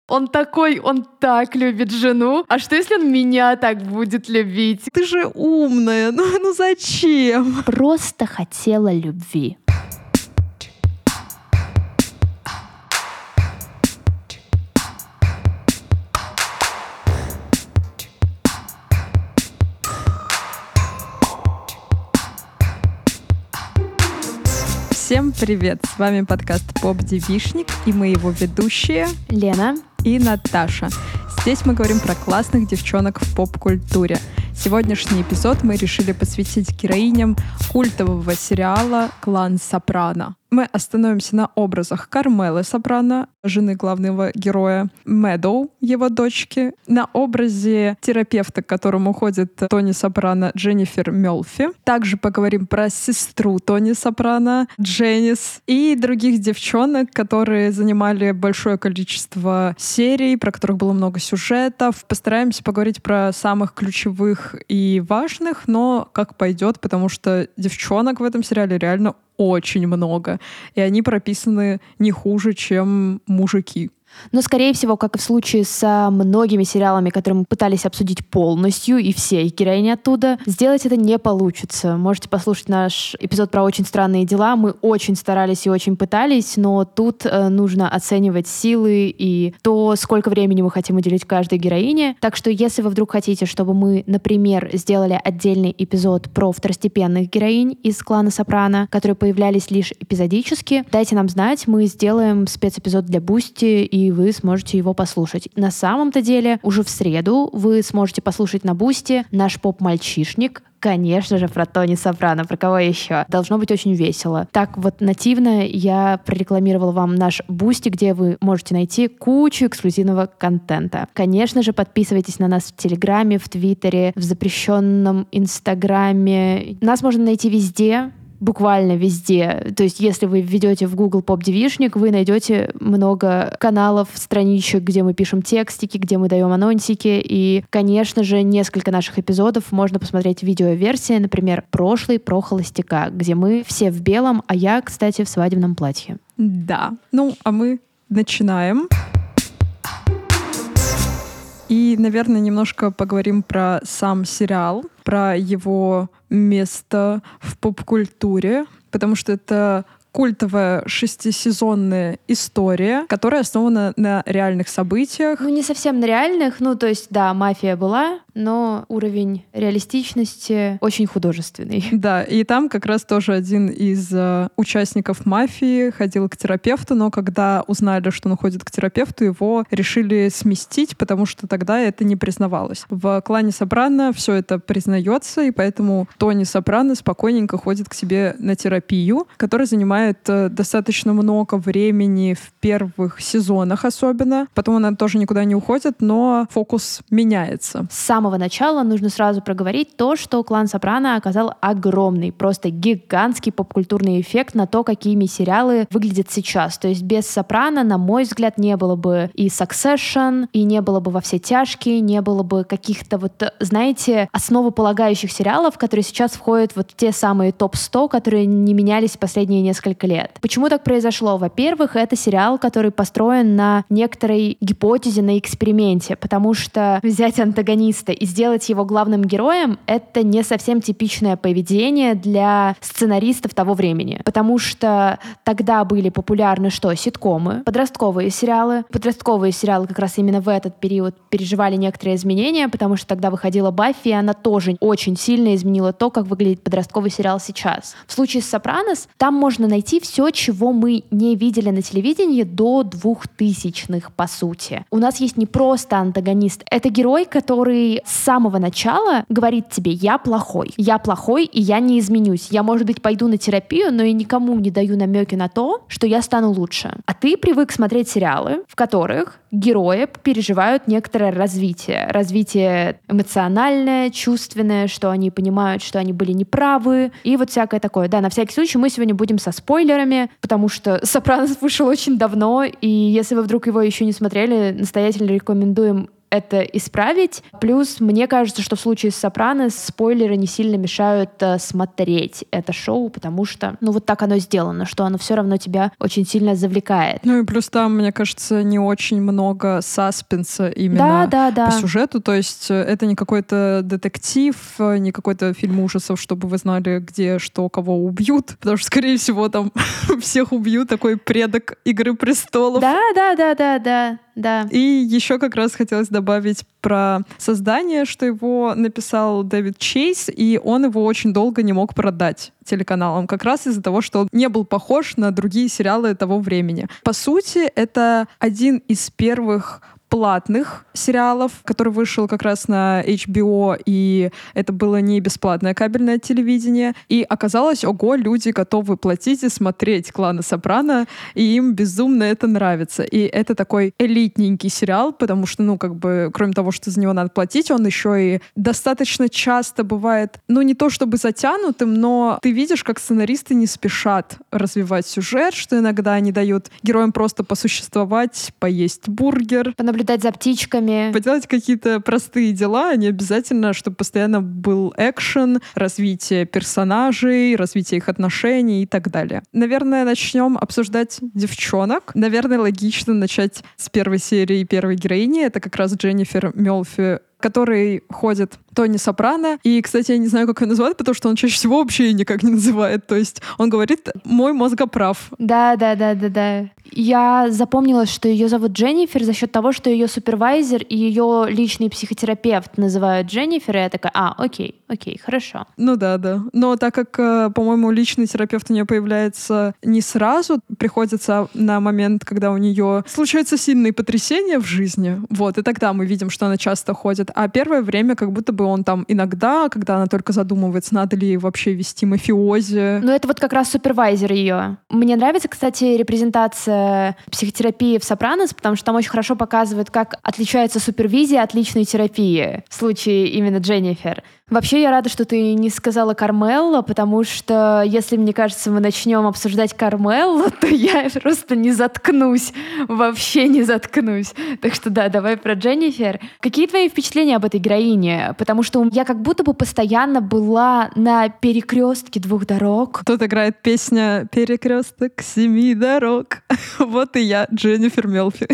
Он такой, он так любит жену. А что, если он меня так будет любить? Ты же умная, ну зачем? Просто хотела любви. Всем привет! С вами подкаст «Поп-девишник» и мы его ведущие Лена и Наташа. Здесь мы говорим про классных девчонок в поп-культуре. Сегодняшний эпизод мы решили посвятить героиням культового сериала «Клан Сопрано». Мы остановимся на образах Кармелы Сопрано, жены главного героя, Мэдоу, его дочки, на образе терапевта, к которому ходит Тони Сопрано, Дженнифер Мёлфи. Также поговорим про сестру Тони Сопрано, Дженнис, и других девчонок, которые занимали большое количество серий, про которых было много сюжетов. Постараемся поговорить про самых ключевых и важных, но как пойдет, потому что девчонок в этом сериале реально очень много. И они прописаны не хуже, чем мужики. Но, скорее всего, как и в случае со многими сериалами, которые мы пытались обсудить полностью, и все их героини оттуда, сделать это не получится. Можете послушать наш эпизод про «Очень странные дела». Мы очень старались и очень пытались, но тут нужно оценивать силы и то, сколько времени мы хотим уделить каждой героине. Так что, если вы вдруг хотите, чтобы мы, например, сделали отдельный эпизод про второстепенных героинь из клана Сопрано, которые появлялись лишь эпизодически, дайте нам знать, мы сделаем спецэпизод для Бусти, и вы сможете его послушать. На самом-то деле, уже в среду вы сможете послушать на Бусти наш поп-мальчишник, конечно же, про Тони Сопрано, про кого еще. Должно быть очень весело. Так вот, нативно я прорекламировала вам наш Бусти, где вы можете найти кучу эксклюзивного контента. Конечно же, подписывайтесь на нас в Телеграме, в Твиттере, в запрещенном Инстаграме. Нас можно найти везде, буквально везде. То есть, если вы введете в Google «Поп-девишник», вы найдете много каналов, страничек, где мы пишем текстики, где мы даем анонсики. И, конечно же, несколько наших эпизодов можно посмотреть в видеоверсии, например, прошлый про холостяка, где мы все в белом, а я, кстати, в свадебном платье. Да. А мы начинаем. И, наверное, немножко поговорим про сам сериал, про его место в поп-культуре, потому что это культовая 6-сезонная история, которая основана на реальных событиях. Не совсем на реальных, то есть, да, мафия была, но уровень реалистичности очень художественный. Да, и там как раз тоже один из участников мафии ходил к терапевту, но когда узнали, что он ходит к терапевту, его решили сместить, потому что тогда это не признавалось. В клане Сопрано все это признается, и поэтому Тони Сопрано спокойненько ходит к себе на терапию, которая занимает достаточно много времени в первых сезонах особенно. Потом она тоже никуда не уходит, но фокус меняется. С самого начала нужно сразу проговорить то, что клан Сопрано оказал огромный, просто гигантский поп-культурный эффект на то, какими сериалы выглядят сейчас. То есть без Сопрано, на мой взгляд, не было бы и Succession, и не было бы «Во все тяжкие», не было бы каких-то знаете, основополагающих сериалов, которые сейчас входят в те самые топ-100, которые не менялись последние несколько лет. Почему так произошло? Во-первых, это сериал, который построен на некоторой гипотезе, на эксперименте, потому что взять антагониста и сделать его главным героем — это не совсем типичное поведение для сценаристов того времени, потому что тогда были популярны ситкомы, подростковые сериалы. Подростковые сериалы как раз именно в этот период переживали некоторые изменения, потому что тогда выходила Баффи, и она тоже очень сильно изменила то, как выглядит подростковый сериал сейчас. В случае с «Сопранос» там можно найти все, чего мы не видели на телевидении до 2000-х, по сути. У нас есть не просто антагонист, это герой, который с самого начала говорит тебе: я плохой, и я не изменюсь. Я, может быть, пойду на терапию, но и никому не даю намеки на то, что я стану лучше. А ты привык смотреть сериалы, в которых герои переживают некоторое развитие. Развитие эмоциональное, чувственное, что они понимают, что они были неправы, и всякое такое. Да, на всякий случай мы сегодня будем со спойлерами, потому что «Сопранос» вышел очень давно, и если вы вдруг его еще не смотрели, настоятельно рекомендуем это исправить. Плюс, мне кажется, что в случае с «Сопрано» спойлеры не сильно мешают смотреть это шоу, потому что, вот так оно сделано, что оно все равно тебя очень сильно завлекает. Ну и плюс там, мне кажется, не очень много саспенса именно по сюжету, то есть это не какой-то детектив, не какой-то фильм ужасов, чтобы вы знали, где, что, кого убьют, потому что, скорее всего, там всех убьют, такой предок «Игры престолов». Да. И еще как раз хотелось добавить про создание, что его написал Дэвид Чейз, и он его очень долго не мог продать телеканалам, как раз из-за того, что он не был похож на другие сериалы того времени. По сути, это один из первых платных сериалов, который вышел как раз на HBO, и это было не бесплатное кабельное телевидение. И оказалось, ого, люди готовы платить и смотреть «Клана Сопрано», и им безумно это нравится. И это такой элитненький сериал, потому что, кроме того, что за него надо платить, он еще и достаточно часто бывает, не то чтобы затянутым, но ты видишь, как сценаристы не спешат развивать сюжет, что иногда они дают героям просто посуществовать, поесть бургер, наблюдать за птичками. Поделать какие-то простые дела, а не обязательно, чтобы постоянно был экшен, развитие персонажей, развитие их отношений и так далее. Наверное, начнем обсуждать девчонок. Наверное, логично начать с первой серии первой героини. Это как раз Дженнифер Мелфи, который ходит Тони Сопрано. И, кстати, я не знаю, как ее называют, потому что он чаще всего вообще никак не называет. То есть он говорит «мой мозгоправ». Да. Я запомнила, что ее зовут Дженнифер за счет того, что ее супервайзер и ее личный психотерапевт называют Дженнифер, и я такая, окей, хорошо. Да. Но так как, по-моему, личный терапевт у нее появляется не сразу, приходится на момент, когда у нее случаются сильные потрясения в жизни, и тогда мы видим, что она часто ходит. А первое время как будто бы он там иногда, когда она только задумывается, надо ли вообще вести мафиози. Это как раз супервайзер ее. Мне нравится, кстати, репрезентация психотерапии в «Сопранос», потому что там очень хорошо показывают, как отличается супервизия от личной терапии в случае именно Дженнифер. Вообще, я рада, что ты не сказала Кармелла, потому что если, мне кажется, мы начнем обсуждать Кармеллу, то я просто не заткнусь. Вообще не заткнусь. Так что давай про Дженнифер. Какие твои впечатления об этой героине? Потому что я как будто бы постоянно была на перекрестке двух дорог. Тут играет песня «Перекресток 7 дорог». Вот и я, Дженнифер Мелфи.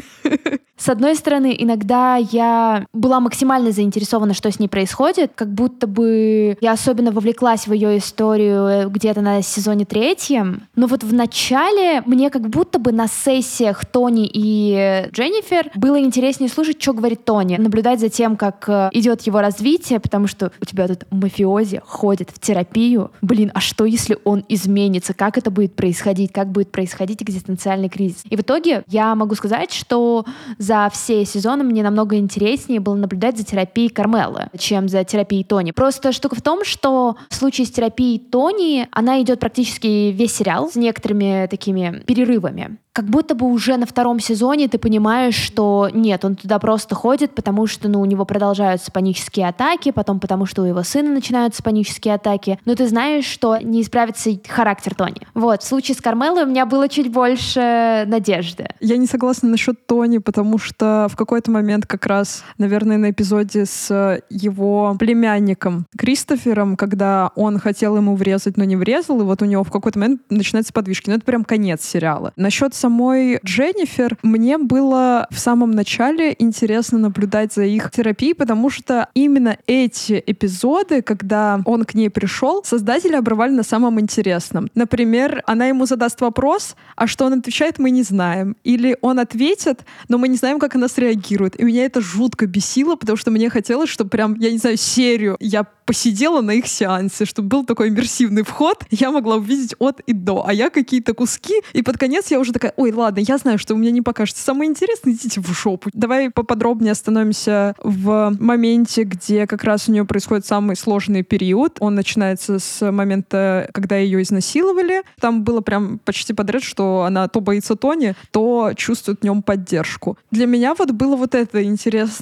С одной стороны, иногда я была максимально заинтересована, что с ней происходит, как будто бы я особенно вовлеклась в ее историю где-то на сезоне 3. Но в начале мне как будто бы на сессиях Тони и Дженнифер было интереснее слушать, что говорит Тони, наблюдать за тем, как идет его развитие, потому что у тебя тут мафиози ходит в терапию. А что, если он изменится? Как это будет происходить? Как будет происходить экзистенциальный кризис? И в итоге я могу сказать, что за все сезоны мне намного интереснее было наблюдать за терапией Кармеллы, чем за терапией Тони. Просто штука в том, что в случае с терапией Тони она идет практически весь сериал с некоторыми такими перерывами. Как будто бы уже на 2 сезоне ты понимаешь, что нет, он туда просто ходит, потому что у него продолжаются панические атаки, потом потому что у его сына начинаются панические атаки, но ты знаешь, что не исправится характер Тони. В случае с Кармеллой у меня было чуть больше надежды. Я не согласна насчет Тони, потому что в какой-то момент как раз, наверное, на эпизоде с его племянником Кристофером, когда он хотел ему врезать, но не врезал, и у него в какой-то момент начинаются подвижки. Это прям конец сериала. Насчет самой Дженнифер мне было в самом начале интересно наблюдать за их терапией, потому что именно эти эпизоды, когда он к ней пришел, создатели обрывали на самом интересном. Например, она ему задаст вопрос, а что он отвечает, мы не знаем. Или он ответит, но мы не знаем, как она среагирует. И меня это жутко бесило, потому что мне хотелось, чтобы прям, я не знаю, серию я посидела на их сеансе, чтобы был такой иммерсивный вход, я могла увидеть от и до, а я какие-то куски, и под конец я уже такая, ой, ладно, я знаю, что у меня не покажется. Самое интересное, идите в жопу. Давай поподробнее остановимся в моменте, где как раз у нее происходит самый сложный период. Он начинается с момента, когда ее изнасиловали. Там было прям почти подряд, что она то боится Тони, то чувствует в нем поддержку. Для меня было это интересно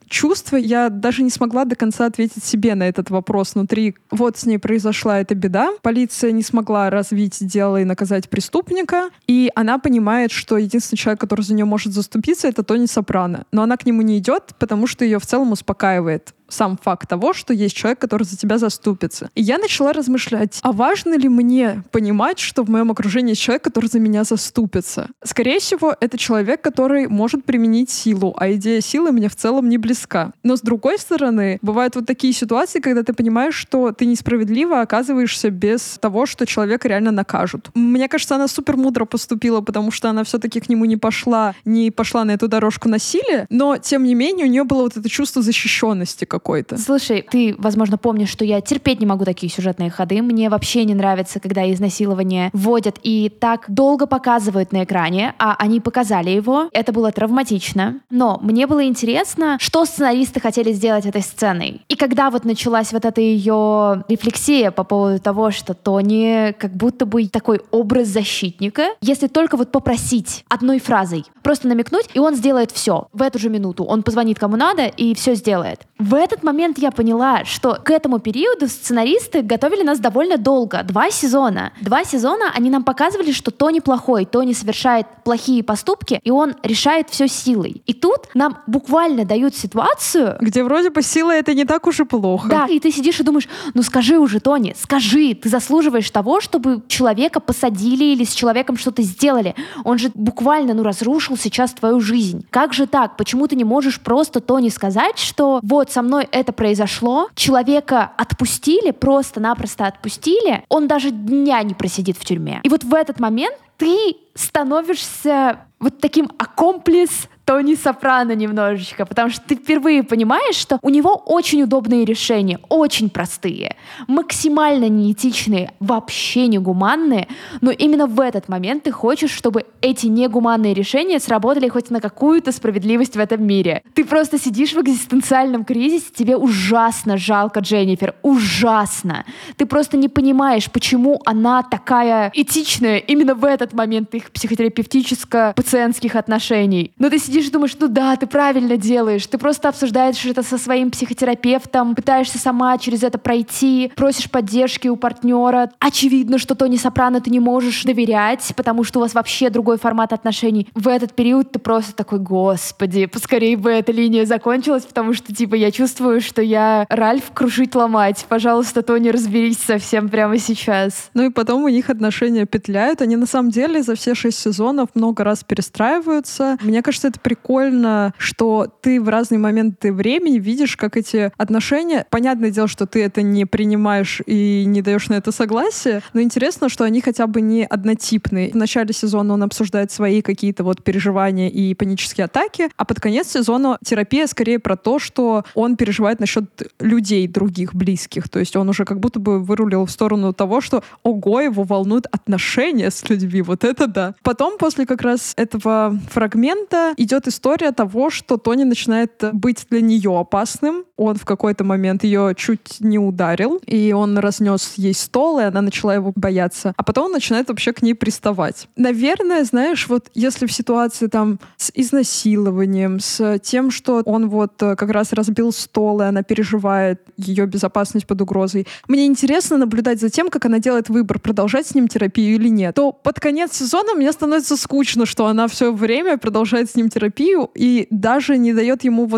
чувства. Я даже не смогла до конца ответить себе на этот вопрос внутри. Вот с ней произошла эта беда. Полиция не смогла развить дело и наказать преступника. И она понимает, что единственный человек, который за нее может заступиться, это Тони Сопрано. Но она к нему не идет, потому что ее в целом успокаивает сам факт того, что есть человек, который за тебя заступится. И я начала размышлять, а важно ли мне понимать, что в моем окружении есть человек, который за меня заступится? Скорее всего, это человек, который может применить силу, а идея силы мне в целом не близка. Но с другой стороны, бывают вот такие ситуации, когда ты понимаешь, что ты несправедливо оказываешься без того, что человека реально накажут. Мне кажется, она супер мудро поступила, потому что она все-таки к нему не пошла на эту дорожку насилия, но, тем не менее, у нее было вот это чувство защищенности какой-то. Слушай, ты, возможно, помнишь, что я терпеть не могу такие сюжетные ходы. Мне вообще не нравится, когда изнасилование вводят и так долго показывают на экране, а они показали его. Это было травматично. Но мне было интересно, что сценаристы хотели сделать этой сценой. И когда вот началась вот эта ее рефлексия по поводу того, что Тони как будто бы такой образ защитника, если только вот попросить одной фразой, просто намекнуть, и он сделает все в эту же минуту. Он позвонит кому надо и все сделает. В этот момент я поняла, что к этому периоду сценаристы готовили нас довольно долго. 2 сезона. 2 сезона они нам показывали, что Тони плохой, Тони совершает плохие поступки, и он решает все силой. И тут нам буквально дают ситуацию, где вроде бы сила — это не так уж и плохо. Да, и ты сидишь и думаешь, ну скажи уже, Тони, скажи, ты заслуживаешь того, чтобы человека посадили или с человеком что-то сделали. Он же буквально, разрушил сейчас твою жизнь. Как же так? Почему ты не можешь просто Тони сказать, что вот со мной это произошло, человека отпустили, просто-напросто отпустили, он даже дня не просидит в тюрьме. И вот в этот момент ты становишься вот таким аккомплис Тони Сопрано немножечко, потому что ты впервые понимаешь, что у него очень удобные решения, очень простые, максимально неэтичные, вообще не гуманные, но именно в этот момент ты хочешь, чтобы эти негуманные решения сработали хоть на какую-то справедливость в этом мире. Ты просто сидишь в экзистенциальном кризисе, тебе ужасно жалко Дженнифер, ужасно. Ты просто не понимаешь, почему она такая этичная именно в этот момент их психотерапевтическо-пациентских отношений. Но ты сидишь и думаешь, ну да, ты правильно делаешь, ты просто обсуждаешь это со своим психотерапевтом, пытаешься сама через это пройти, просишь поддержки у партнера. Очевидно, что Тони Сопрано ты не можешь доверять, потому что у вас вообще другой формат отношений. В этот период ты просто такой, господи, поскорее бы эта линия закончилась, потому что, я чувствую, что я Ральф крушить ломать. Пожалуйста, Тони, разберись совсем прямо сейчас. Ну и потом у них отношения петляют. Они на самом деле за все 6 сезонов много раз перестраиваются. Мне кажется, это прикольно, что ты в разные моменты времени видишь, как эти отношения... Понятное дело, что ты это не принимаешь и не даешь на это согласие, но интересно, что они хотя бы не однотипные. В начале сезона он обсуждает свои какие-то переживания и панические атаки, а под конец сезона терапия скорее про то, что он переживает насчет людей других, близких. То есть он уже как будто бы вырулил в сторону того, что ого, его волнуют отношения с людьми. Вот это да. Потом, после как раз этого фрагмента, идет история того, что Тони начинает быть для нее опасным. Он в какой-то момент ее чуть не ударил, и он разнес ей стол, и она начала его бояться. А потом он начинает вообще к ней приставать. Наверное, знаешь, если в ситуации с изнасилованием, с тем, что он как раз разбил стол, и она переживает ее безопасность под угрозой, мне интересно наблюдать за тем, как она делает выбор, продолжать с ним терапию или нет. То под конец сезона мне становится скучно, что она все время продолжает с ним терапию и даже не дает ему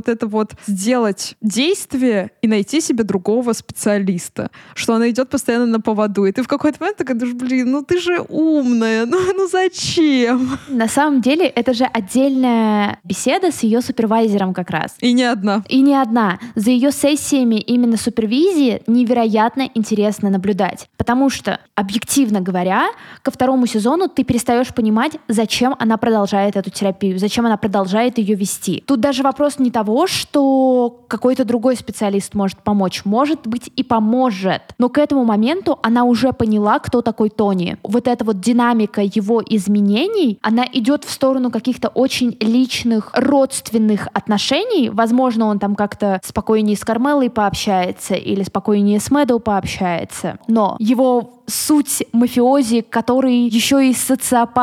сделать действие и найти себе другого специалиста. Что она идет постоянно на поводу. И ты в какой-то момент такая думаешь, ты же умная, ну зачем? На самом деле, это же отдельная беседа с ее супервайзером как раз. И не одна. За ее сессиями именно супервизии невероятно интересно наблюдать. Потому что, объективно говоря, ко 2 сезону ты перестаешь понимать, зачем она продолжает эту терапию, зачем она продолжает ее вести. Тут даже вопрос не того, что какой-то другой специалист может помочь. Может быть, и поможет. Но к этому моменту она уже поняла, кто такой Тони. Вот эта динамика его изменений, она идет в сторону каких-то очень личных, родственных отношений. Возможно, он как-то спокойнее с Кармелой пообщается или спокойнее с Мэдоу пообщается. Но его суть мафиози, который еще и социопат,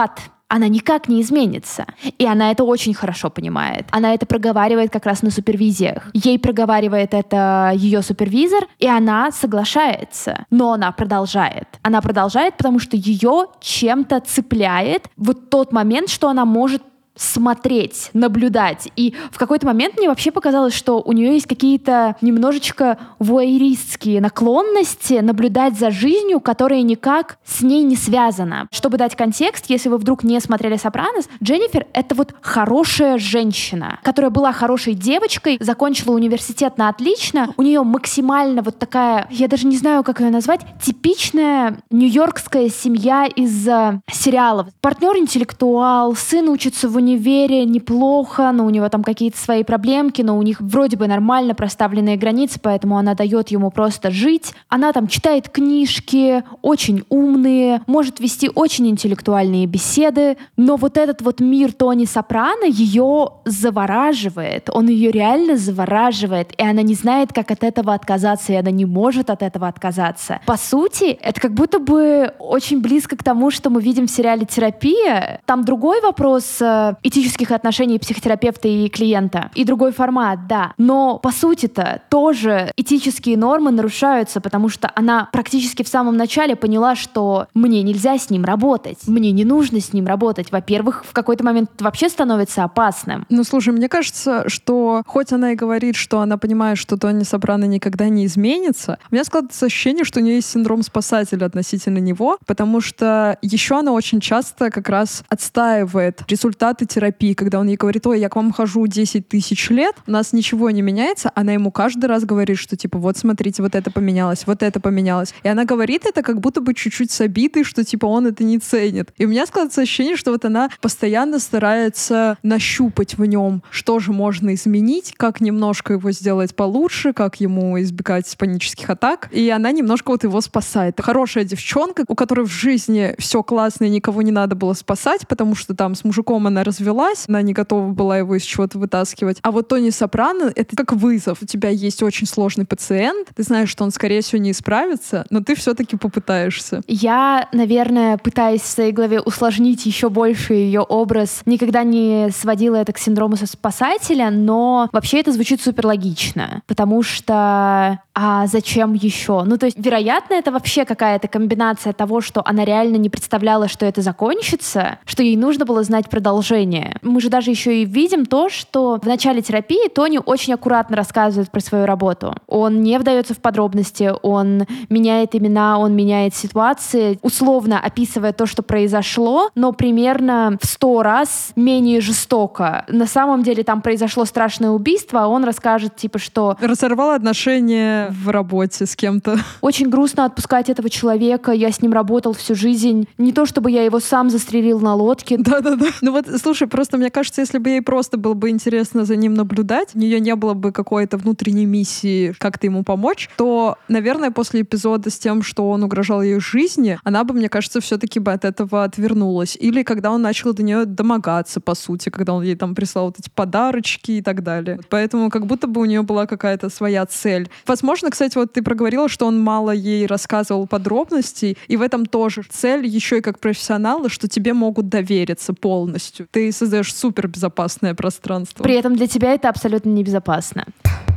она никак не изменится. И она это очень хорошо понимает. Она это проговаривает как раз на супервизиях. Ей проговаривает это ее супервизор, и она соглашается. Но она продолжает. Она продолжает, потому что ее чем-то цепляет вот тот момент, что она может смотреть, наблюдать. И в какой-то момент мне вообще показалось, что у нее есть какие-то немножечко вуайеристские наклонности наблюдать за жизнью, которая никак с ней не связана. Чтобы дать контекст, если вы вдруг не смотрели «Сопранос», Дженнифер — это вот хорошая женщина, которая была хорошей девочкой, закончила университет на отлично, у нее максимально вот такая, я даже не знаю, как ее назвать, типичная нью-йоркская семья из сериалов. Партнер-интеллектуал, сын учится в универе неплохо, но у него там какие-то свои проблемки, но у них вроде бы нормально проставленные границы, поэтому она дает ему просто жить. Она там читает книжки, очень умные, может вести очень интеллектуальные беседы, но вот этот вот мир Тони Сопрано ее завораживает, он ее реально завораживает, и она не знает, как от этого отказаться, и она не может от этого отказаться. По сути, это как будто бы очень близко к тому, что мы видим в сериале «Терапия». Там другой вопрос этических отношений психотерапевта и клиента. И другой формат, да. Но, по сути-то, тоже этические нормы нарушаются, потому что она практически в самом начале поняла, что мне нельзя с ним работать. Мне не нужно с ним работать. Во-первых, в какой-то момент это вообще становится опасным. Ну, слушай, мне кажется, что хоть она и говорит, что она понимает, что Тони Сопрано никогда не изменится, у меня складывается ощущение, что у нее есть синдром спасателя относительно него, потому что еще она очень часто как раз отстаивает результаты терапии, когда он ей говорит: ой, я к вам хожу 10 тысяч лет, у нас ничего не меняется, она ему каждый раз говорит, что типа вот смотрите, вот это поменялось, вот это поменялось. И она говорит это как будто бы чуть-чуть с обидой, что типа он это не ценит. И у меня складывается ощущение, что вот она постоянно старается нащупать в нем, что же можно изменить, как немножко его сделать получше, как ему избегать панических атак. И она немножко вот его спасает. Хорошая девчонка, у которой в жизни все классно и никого не надо было спасать, потому что там с мужиком она развелась, она не готова была его из чего-то вытаскивать. А вот Тони Сопрано — это как вызов. У тебя есть очень сложный пациент, ты знаешь, что он, скорее всего, не исправится, но ты все-таки попытаешься. Я, наверное, пытаясь в своей голове усложнить еще больше ее образ, никогда не сводила это к синдрому спасателя, но вообще это звучит супер логично, потому что а зачем еще? Ну, то есть, вероятно, это вообще какая-то комбинация того, что она реально не представляла, что это закончится, что ей нужно было знать продолжение. Мы же даже еще и видим то, что в начале терапии Тони очень аккуратно рассказывает про свою работу. Он не вдается в подробности, он меняет имена, он меняет ситуации, условно описывая то, что произошло, но примерно в 100 раз менее жестоко. На самом деле там произошло страшное убийство, а он расскажет, типа, что... Разорвал отношения в работе с кем-то. Очень грустно отпускать этого человека, я с ним работал всю жизнь. Не то, чтобы я его сам застрелил на лодке. Да-да-да. Ну вот, слушай, просто мне кажется, если бы ей просто было бы интересно за ним наблюдать, у нее не было бы какой-то внутренней миссии как-то ему помочь, то, наверное, после эпизода с тем, что он угрожал ее жизни, она бы, мне кажется, все-таки бы от этого отвернулась. Или когда он начал до нее домогаться, по сути, когда он ей там прислал вот эти подарочки и так далее. Поэтому как будто бы у нее была какая-то своя цель. Возможно, кстати, вот ты проговорила, что он мало ей рассказывал подробностей, и в этом тоже цель еще и как профессионала, что тебе могут довериться полностью. Ты создаешь супербезопасное пространство. При этом для тебя это абсолютно небезопасно.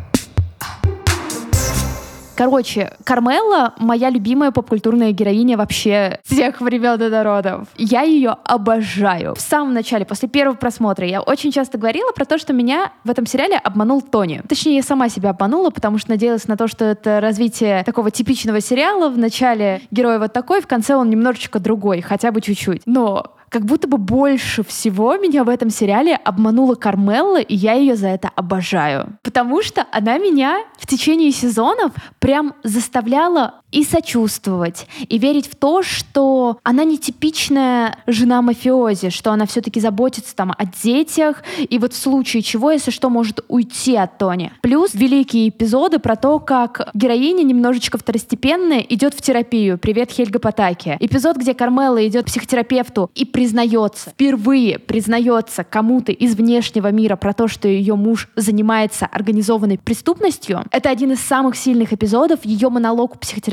Короче, Кармелла — моя любимая попкультурная героиня вообще всех времен и народов. Я ее обожаю. В самом начале, после первого просмотра, я очень часто говорила про то, что меня в этом сериале обманул Тони. Точнее, я сама себя обманула, потому что надеялась на то, что это развитие такого типичного сериала. В начале герой вот такой, в конце он немножечко другой, хотя бы чуть-чуть. Но как будто бы больше всего меня в этом сериале обманула Кармелла, и я ее за это обожаю. Потому что она меня в течение сезонов прям заставляла и сочувствовать, и верить в то, что она не типичная жена мафиози, что она все-таки заботится там о детях, и вот в случае чего, если что, может уйти от Тони. Плюс великие эпизоды про то, как героиня немножечко второстепенная идет в терапию. Привет, Хельга Потаки. Эпизод, где Кармелла идет к психотерапевту и признается, впервые признается кому-то из внешнего мира про то, что ее муж занимается организованной преступностью. Это один из самых сильных эпизодов. Ее монолог у психотерапевта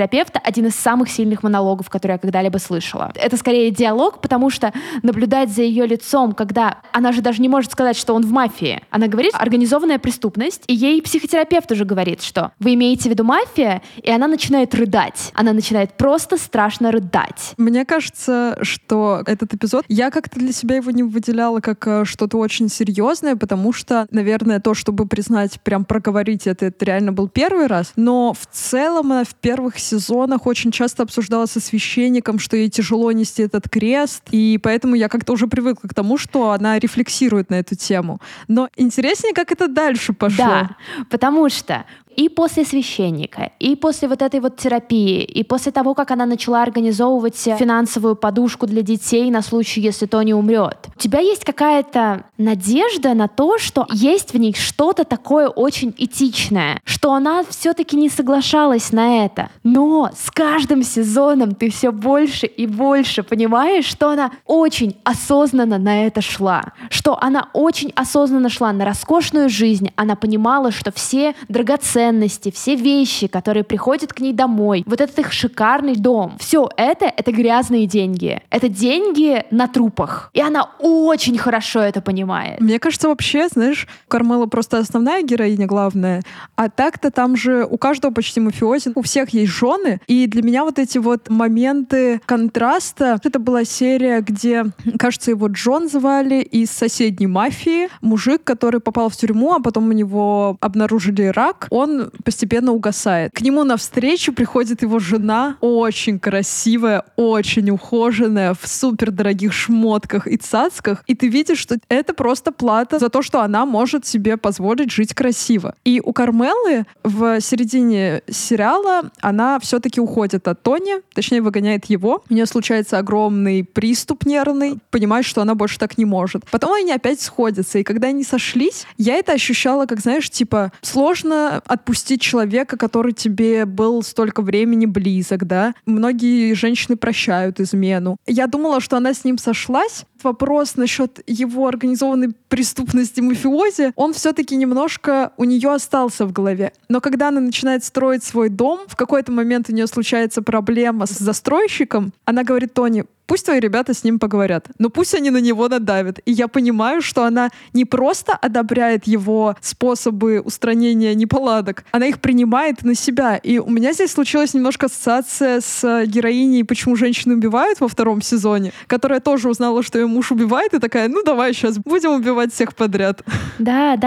психотерапевта один из самых сильных монологов, которые я когда-либо слышала. Это скорее диалог, потому что наблюдать за ее лицом, когда она же даже не может сказать, что он в мафии. Она говорит «организованная преступность», и ей психотерапевт уже говорит, что вы имеете в виду мафия, и она начинает рыдать. Она начинает просто страшно рыдать. Мне кажется, что этот эпизод, я как-то для себя его не выделяла как что-то очень серьезное, потому что, наверное, то, чтобы признать, прям проговорить это реально был первый раз, но в целом она в первых сезонах очень часто обсуждала со священником, что ей тяжело нести этот крест, и поэтому я как-то уже привыкла к тому, что она рефлексирует на эту тему. Но интереснее, как это дальше пошло. Да, потому что и после священника, и после вот этой вот терапии, и после того, как она начала организовывать финансовую подушку для детей на случай, если Тони умрет, у тебя есть какая-то надежда на то, что есть в ней что-то такое очень этичное, что она все-таки не соглашалась на это. Но с каждым сезоном ты все больше и больше понимаешь, что она очень осознанно на это шла, что она очень осознанно шла на роскошную жизнь, она понимала, что все драгоценности, все вещи, которые приходят к ней домой, вот этот их шикарный дом, все это грязные деньги. Это деньги на трупах. И она очень хорошо это понимает. Мне кажется, вообще, знаешь, Кармела просто основная героиня главная, а так-то там же у каждого почти мафиози, у всех есть жены, и для меня вот эти вот моменты контраста, это была серия, где, кажется, его Джон звали, из соседней мафии, мужик, который попал в тюрьму, а потом у него обнаружили рак, он постепенно угасает. К нему навстречу приходит его жена, очень красивая, очень ухоженная, в супердорогих шмотках и цацках, и ты видишь, что это просто плата за то, что она может себе позволить жить красиво. И у Кармелы в середине сериала она все-таки уходит от Тони, точнее выгоняет его. У нее случается огромный приступ нервный, понимает, что она больше так не может. Потом они опять сходятся, и когда они сошлись, я это ощущала, как, знаешь, типа, сложно отпустить человека, который тебе был столько времени близок, да. Многие женщины прощают измену. Я думала, что она с ним сошлась. Вопрос насчет его организованной преступности мафиози, он все-таки немножко у нее остался в голове. Но когда она начинает строить свой дом, в какой-то момент у нее случается проблема с застройщиком, она говорит Тони: пусть твои ребята с ним поговорят, но пусть они на него надавят. И я понимаю, что она не просто одобряет его способы устранения неполадок, она их принимает на себя. И у меня здесь случилась немножко ассоциация с героиней «Почему женщины убивают» во 2 сезоне, которая тоже узнала, что ее муж убивает, и такая: ну давай сейчас будем убивать всех подряд. Да.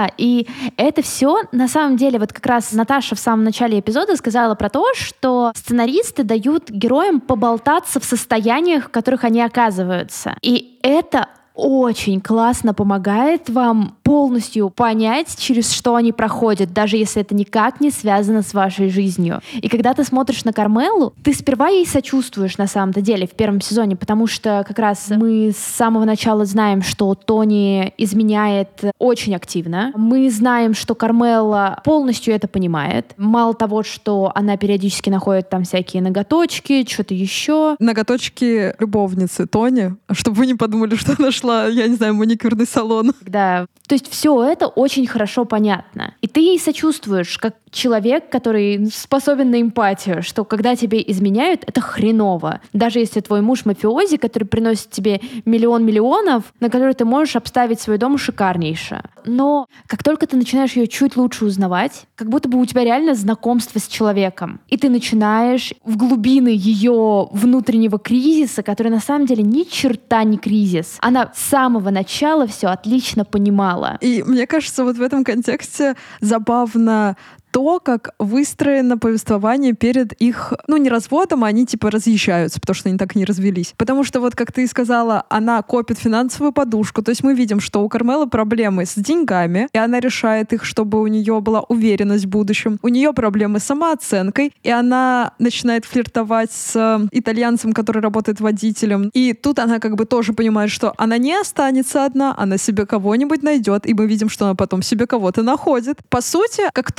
И это все, на самом деле, вот как раз Наташа в самом начале эпизода сказала про то, что сценаристы дают героям поболтаться в состояниях, в которых они оказываются. И это очень классно помогает вам полностью понять, через что они проходят, даже если это никак не связано с вашей жизнью. И когда ты смотришь на Кармелу, ты сперва ей сочувствуешь на самом-то деле в 1 сезоне, потому что как раз мы с самого начала знаем, что Тони изменяет очень активно. Мы знаем, что Кармела полностью это понимает. Мало того, что она периодически находит там всякие ноготочки, что-то еще. Ноготочки любовницы Тони, чтобы вы не подумали, что она шла, я не знаю, в маникюрный салон. Да. То есть все это очень хорошо понятно. И ты ей сочувствуешь, как человек, который способен на эмпатию, что когда тебе изменяют, это хреново. Даже если твой муж мафиози, который приносит тебе миллион миллионов, на который ты можешь обставить свой дом шикарнейше. Но как только ты начинаешь ее чуть лучше узнавать, как будто бы у тебя реально знакомство с человеком, и ты начинаешь в глубины ее внутреннего кризиса, который на самом деле ни черта не кризис. Она с самого начала все отлично понимала. И мне кажется, вот в этом контексте забавно то, как выстроено повествование перед их, не разводом, а они типа разъезжаются, потому что они так и не развелись. Потому что вот, как ты и сказала, она копит финансовую подушку, то есть мы видим, что у Кармелы проблемы с деньгами, и она решает их, чтобы у нее была уверенность в будущем. У нее проблемы с самооценкой, и она начинает флиртовать с итальянцем, который работает водителем. И тут она как бы тоже понимает, что она не останется одна, она себе кого-нибудь найдет, и мы видим, что она потом себе кого-то находит. По сути, как только она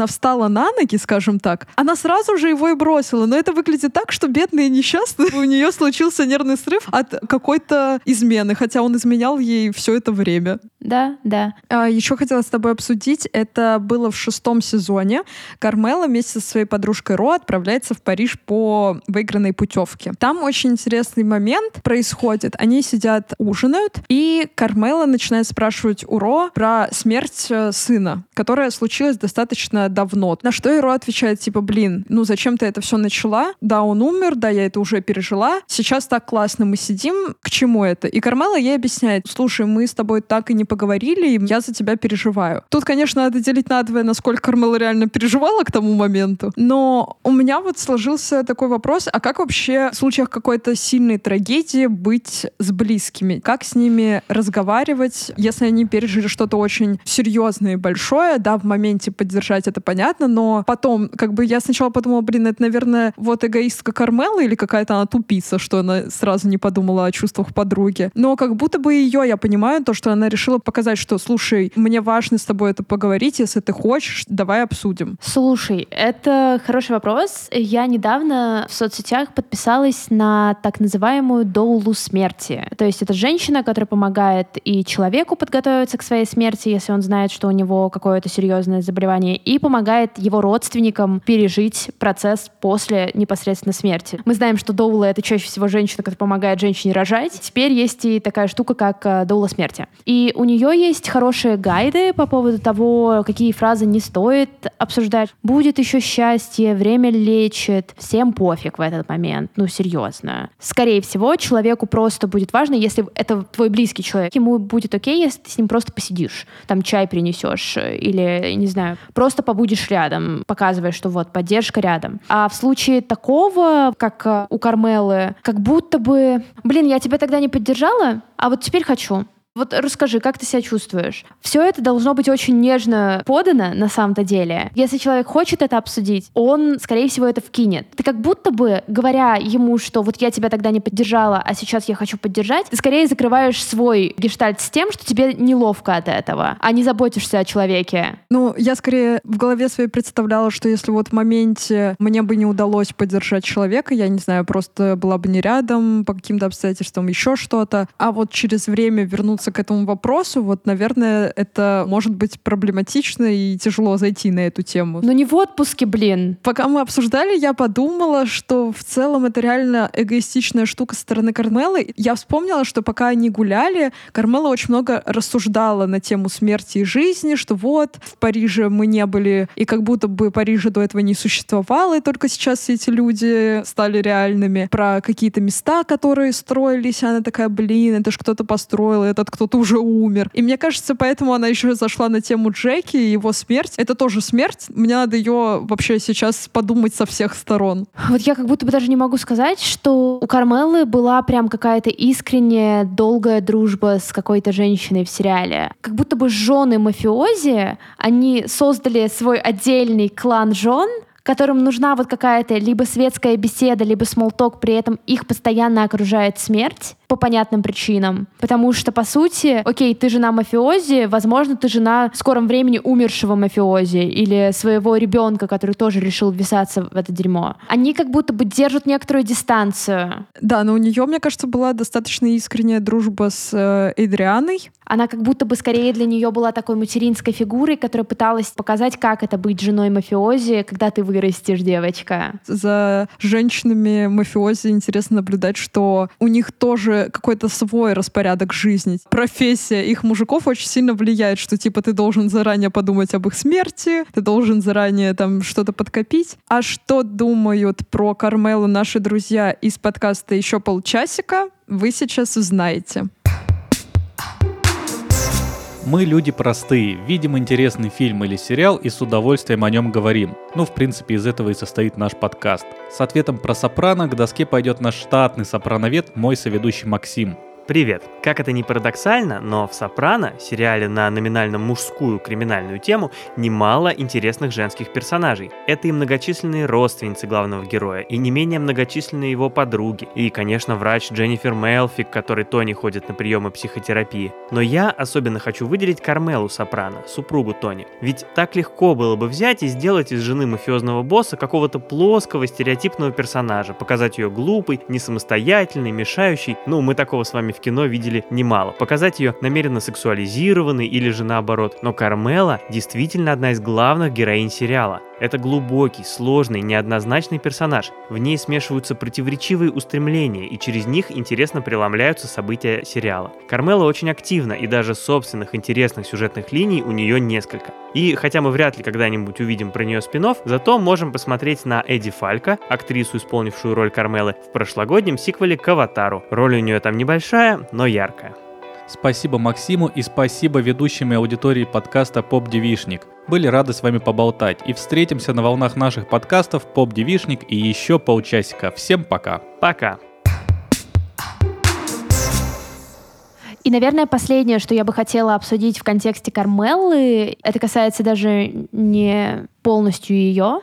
встала на ноги, скажем так, она сразу же его и бросила. Но это выглядит так, что бедная и несчастная, у нее случился нервный срыв от какой-то измены, хотя он изменял ей все это время. Да. Еще хотела с тобой обсудить, это было в 6-м сезоне. Кармела вместе со своей подружкой Ро отправляется в Париж по выигранной путевке. Там очень интересный момент происходит. Они сидят, ужинают, и Кармела начинает спрашивать у Ро про смерть сына, которая случилась достаточно давно. На что и Ро отвечает, типа, зачем ты это все начала? Да, он умер, да, я это уже пережила. Сейчас так классно мы сидим, к чему это? И Кармела ей объясняет, слушай, мы с тобой так и не поговорили, и я за тебя переживаю. Тут, конечно, надо делить надвое, насколько Кармела реально переживала к тому моменту, но у меня вот сложился такой вопрос, а как вообще в случаях какой-то сильной трагедии быть с близкими? Как с ними разговаривать, если они пережили что-то очень серьезное и большое? Да, в моменте поддержать это понятно, но потом, я сначала подумала, это, наверное, вот эгоистка Кармелы или какая-то она тупица, что она сразу не подумала о чувствах подруги. Но как будто бы ее, я понимаю, то, что она решила показать, что, слушай, мне важно с тобой это поговорить, если ты хочешь, давай обсудим. Слушай, это хороший вопрос. Я недавно в соцсетях подписалась на так называемую доулу смерти. То есть это женщина, которая помогает и человеку подготовиться к своей смерти, если он знает, что у него какое-то серьезное заболевание, и помогает его родственникам пережить процесс после непосредственно смерти. Мы знаем, что доула — это чаще всего женщина, которая помогает женщине рожать. Теперь есть и такая штука, как доула смерти. И у нее есть хорошие гайды по поводу того, какие фразы не стоит обсуждать. Будет еще счастье, время лечит. Всем пофиг в этот момент. Серьезно. Скорее всего, человеку просто будет важно, если это твой близкий человек, ему будет окей, если ты с ним просто посидишь, там чай принесешь или, не знаю, просто побудешь рядом, показывая, что вот, поддержка рядом. А в случае такого, как у Кармелы, как будто бы, я тебя тогда не поддержала, а вот теперь хочу. Вот расскажи, как ты себя чувствуешь? Все это должно быть очень нежно подано на самом-то деле. Если человек хочет это обсудить, он, скорее всего, это вкинет. Ты как будто бы, говоря ему, что вот я тебя тогда не поддержала, а сейчас я хочу поддержать, ты скорее закрываешь свой гештальт с тем, что тебе неловко от этого, а не заботишься о человеке. Я скорее в голове своей представляла, что если вот в моменте мне бы не удалось поддержать человека, я не знаю, просто была бы не рядом по каким-то обстоятельствам, еще что-то, а вот через время вернуться к этому вопросу, вот, наверное, это может быть проблематично и тяжело зайти на эту тему. Но не в отпуске, Пока мы обсуждали, я подумала, что в целом это реально эгоистичная штука со стороны Кармелы. Я вспомнила, что пока они гуляли, Кармела очень много рассуждала на тему смерти и жизни, что вот, в Париже мы не были, и как будто бы Парижа до этого не существовало, и только сейчас все эти люди стали реальными. Про какие-то места, которые строились, она такая, это ж кто-то построил, этот кто-то уже умер. И мне кажется, поэтому она еще зашла на тему Джеки и его смерть. Это тоже смерть. Мне надо ее вообще сейчас подумать со всех сторон. Вот я как будто бы даже не могу сказать, что у Кармелы была прям какая-то искренняя, долгая дружба с какой-то женщиной в сериале. Как будто бы жены мафиози, они создали свой отдельный клан жен, которым нужна вот какая-то либо светская беседа, либо смолток, при этом их постоянно окружает смерть по понятным причинам. Потому что, по сути, окей, ты жена мафиози, возможно, ты жена в скором времени умершего мафиози или своего ребенка, который тоже решил ввязаться в это дерьмо. Они как будто бы держат некоторую дистанцию. Да, но у нее, мне кажется, была достаточно искренняя дружба с Эдрианой. Она как будто бы скорее для нее была такой материнской фигурой, которая пыталась показать, как это быть женой мафиози, когда ты вырастешь, девочка. За женщинами мафиози интересно наблюдать, что у них тоже какой-то свой распорядок жизни. Профессия их мужиков очень сильно влияет, что типа ты должен заранее подумать об их смерти, ты должен заранее там что-то подкопить. А что думают про Кармелу наши друзья из подкаста «Еще полчасика», вы сейчас узнаете. Мы люди простые, видим интересный фильм или сериал и с удовольствием о нем говорим. В принципе, из этого и состоит наш подкаст. С ответом про «Сопрано» к доске пойдет наш штатный сопрановед, мой соведущий Максим. Привет! Как это ни парадоксально, но в «Сопрано», сериале на номинально мужскую криминальную тему, немало интересных женских персонажей. Это и многочисленные родственницы главного героя, и не менее многочисленные его подруги, и, конечно, врач Дженнифер Мелфи, к которой Тони ходит на приемы психотерапии. Но я особенно хочу выделить Кармелу Сопрано, супругу Тони. Ведь так легко было бы взять и сделать из жены мафиозного босса какого-то плоского, стереотипного персонажа, показать ее глупой, несамостоятельной, мешающей. Мы такого с вами в кино видели немало. Показать ее намеренно сексуализированной или же наоборот. Но Кармела действительно одна из главных героинь сериала. Это глубокий, сложный, неоднозначный персонаж. В ней смешиваются противоречивые устремления, и через них интересно преломляются события сериала. Кармела очень активна, и даже собственных интересных сюжетных линий у нее несколько. И хотя мы вряд ли когда-нибудь увидим про нее спин-офф, зато можем посмотреть на Эдди Фалько, актрису, исполнившую роль Кармелы, в прошлогоднем сиквеле к «Аватару». Роль у нее там небольшая, но яркая. Спасибо Максиму и спасибо ведущим и аудитории подкаста «Поп-девишник». Были рады с вами поболтать. И встретимся на волнах наших подкастов «Поп-девишник» и еще полчасика. Всем пока. Пока. И, наверное, последнее, что я бы хотела обсудить в контексте Кармеллы, это касается даже не полностью ее,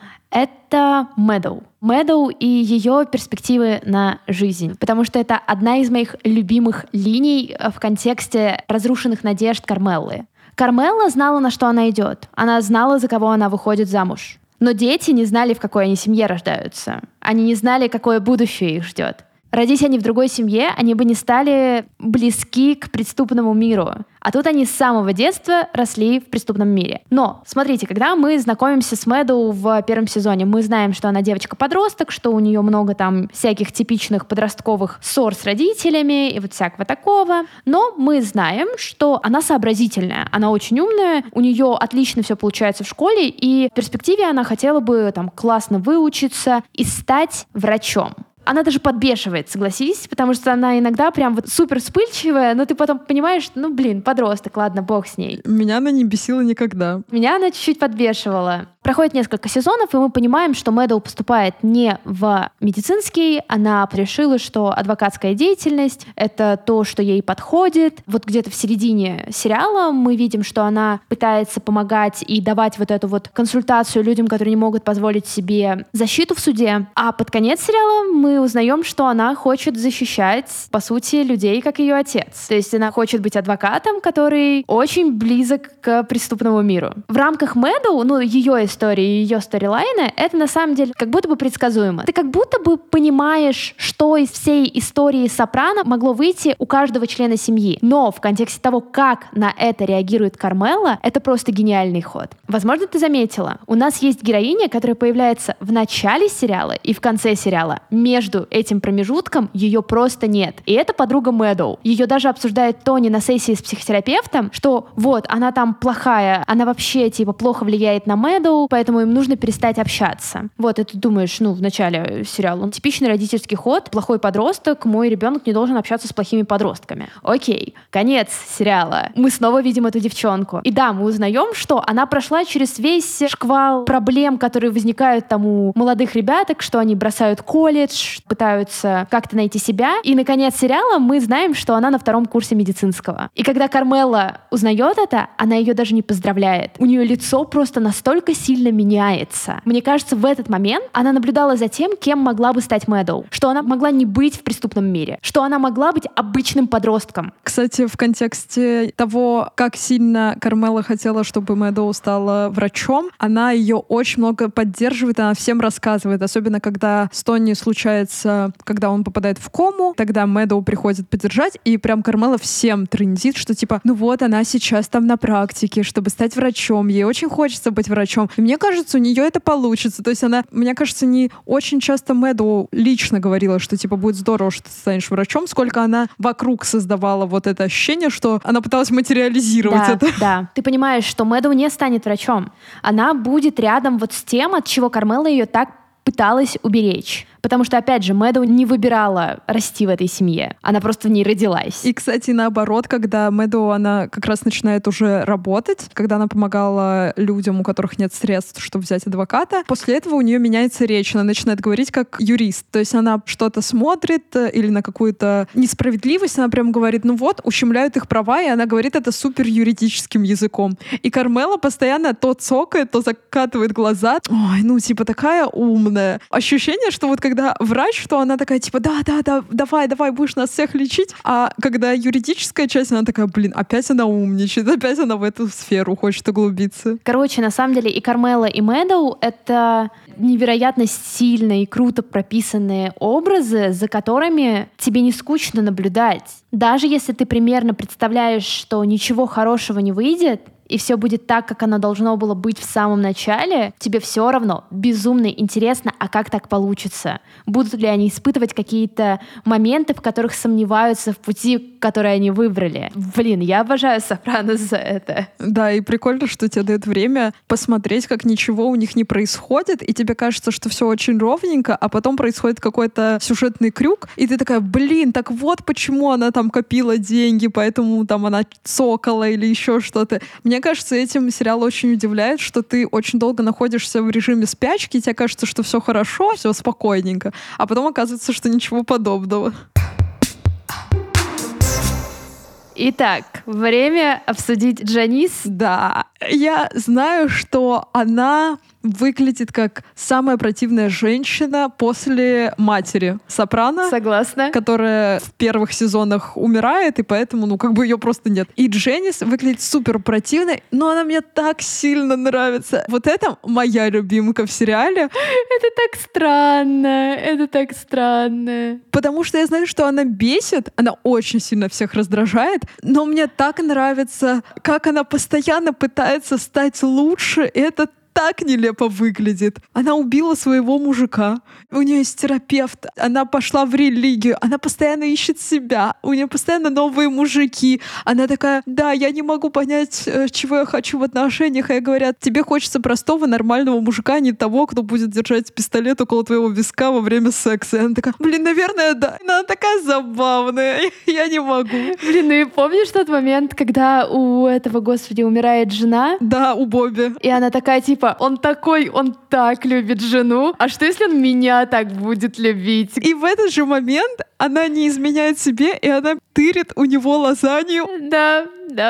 это Мэдоу. Мэдоу и ее перспективы на жизнь. Потому что это одна из моих любимых линий в контексте разрушенных надежд Кармеллы. Кармелла знала, на что она идет. Она знала, за кого она выходит замуж. Но дети не знали, в какой они семье рождаются. Они не знали, какое будущее их ждет. Родись они в другой семье, они бы не стали близки к преступному миру. А тут они с самого детства росли в преступном мире. Но, смотрите, когда мы знакомимся с Мэдоу в первом сезоне, мы знаем, что она девочка-подросток, что у нее много там всяких типичных подростковых ссор с родителями и вот всякого такого. Но мы знаем, что она сообразительная, она очень умная, у нее отлично все получается в школе, и в перспективе она хотела бы там классно выучиться и стать врачом. Она даже подбешивает, согласись, потому что она иногда прям вот супер вспыльчивая, но ты потом понимаешь, подросток, ладно, бог с ней. Меня она не бесила никогда. Меня она чуть-чуть подбешивала. Проходит несколько сезонов, и мы понимаем, что Мэдоу поступает не в медицинский, она решила, что адвокатская деятельность — это то, что ей подходит. Вот где-то в середине сериала мы видим, что она пытается помогать и давать вот эту вот консультацию людям, которые не могут позволить себе защиту в суде. А под конец сериала мы узнаем, что она хочет защищать, по сути, людей, как ее отец. То есть она хочет быть адвокатом, который очень близок к преступному миру. В рамках Мэдоу, ее истории, ее сторилайна, это на самом деле как будто бы предсказуемо. Ты как будто бы понимаешь, что из всей истории Сопрано могло выйти у каждого члена семьи. Но в контексте того, как на это реагирует Кармела, это просто гениальный ход. Возможно, ты заметила, у нас есть героиня, которая появляется в начале сериала и в конце сериала. Между этим промежутком ее просто нет. И это подруга Мэдоу. Ее даже обсуждает Тони на сессии с психотерапевтом, что вот, она там плохая, она вообще плохо влияет на Мэдоу, поэтому им нужно перестать общаться. Вот, и ты думаешь, в начале сериала, типичный родительский ход, плохой подросток, мой ребенок не должен общаться с плохими подростками. Окей, конец сериала. Мы снова видим эту девчонку. И да, мы узнаем, что она прошла через весь шквал проблем, которые возникают там у молодых ребяток, что они бросают колледж, пытаются как-то найти себя. И, наконец, сериала мы знаем, что она на 2-м курсе медицинского. И когда Кармела узнает это, она ее даже не поздравляет. У нее лицо просто настолько сильно меняется. Мне кажется, в этот момент она наблюдала за тем, кем могла бы стать Мэдоу. Что она могла не быть в преступном мире. Что она могла быть обычным подростком. Кстати, в контексте того, как сильно Кармела хотела, чтобы Мэдоу стала врачом, она ее очень много поддерживает, она всем рассказывает. Особенно, когда с Тони случается, когда он попадает в кому, тогда Мэдоу приходит поддержать, и прям Кармела всем трындит, что она сейчас там на практике, чтобы стать врачом, ей очень хочется быть врачом. И мне кажется, у нее это получится. То есть она, мне кажется, не очень часто Мэдоу лично говорила, что будет здорово, что ты станешь врачом, сколько она вокруг создавала вот это ощущение, что она пыталась материализировать это. Да, ты понимаешь, что Мэдоу не станет врачом. Она будет рядом вот с тем, от чего Кармела ее так пыталась уберечь. Потому что, опять же, Мэдоу не выбирала расти в этой семье. Она просто в ней родилась. И, кстати, наоборот, когда Мэдоу, она как раз начинает уже работать, когда она помогала людям, у которых нет средств, чтобы взять адвоката, после этого у нее меняется речь. Она начинает говорить как юрист. То есть она что-то смотрит или на какую-то несправедливость, она прям говорит, ну вот, ущемляют их права, и она говорит это супер юридическим языком. И Кармела постоянно то цокает, то закатывает глаза. Ой, ну типа такая умная. Ощущение, что вот когда врач, что она такая типа да, давай, будешь нас всех лечить. А когда юридическая часть, она такая, блин, опять она умничает, опять она в эту сферу хочет углубиться. Короче, на самом деле и Кармела, и Мэдоу — это невероятно сильные и круто прописанные образы, за которыми тебе не скучно наблюдать. Даже если ты примерно представляешь, что ничего хорошего не выйдет, и все будет так, как оно должно было быть в самом начале, тебе все равно безумно интересно, а как так получится? Будут ли они испытывать какие-то моменты, в которых сомневаются в пути, который они выбрали? Блин, я обожаю «Сопранос» за это. Да, и прикольно, что тебе дают время посмотреть, как ничего у них не происходит, и тебе кажется, что все очень ровненько, а потом происходит какой-то сюжетный крюк, и ты такая, блин, так вот почему она там копила деньги, поэтому там она цокала или еще что-то. Мне кажется, этим сериал очень удивляет, что ты очень долго находишься в режиме спячки, и тебе кажется, что все хорошо, все спокойненько, а потом оказывается, что ничего подобного. Итак, время обсудить Джанис. Да, я знаю, что она выглядит как самая противная женщина после матери Сопрано. Согласна. Которая в первых сезонах умирает, и поэтому, ну, как бы ее просто нет. И Дженнис выглядит супер противной, но она мне так сильно нравится. Вот это моя любимка в сериале. Это так странно. Потому что я знаю, что она бесит, она очень сильно всех раздражает, но мне так нравится, как она постоянно пытается стать лучше, и это так нелепо выглядит. Она убила своего мужика. У нее есть терапевт. Она пошла в религию. Она постоянно ищет себя. У нее постоянно новые мужики. Она такая, да, я не могу понять, чего я хочу в отношениях. И говорят, тебе хочется простого, нормального мужика, а не того, кто будет держать пистолет около твоего виска во время секса. И она такая, блин, наверное, да. Она такая забавная. Я не могу. Блин, ну и помнишь тот момент, когда у этого, господи, умирает жена? Да, у Бобби. И она такая, типа, он так любит жену, а что если он меня так будет любить? И в этот же момент она не изменяет себе, и она тырит у него лазанью. Да.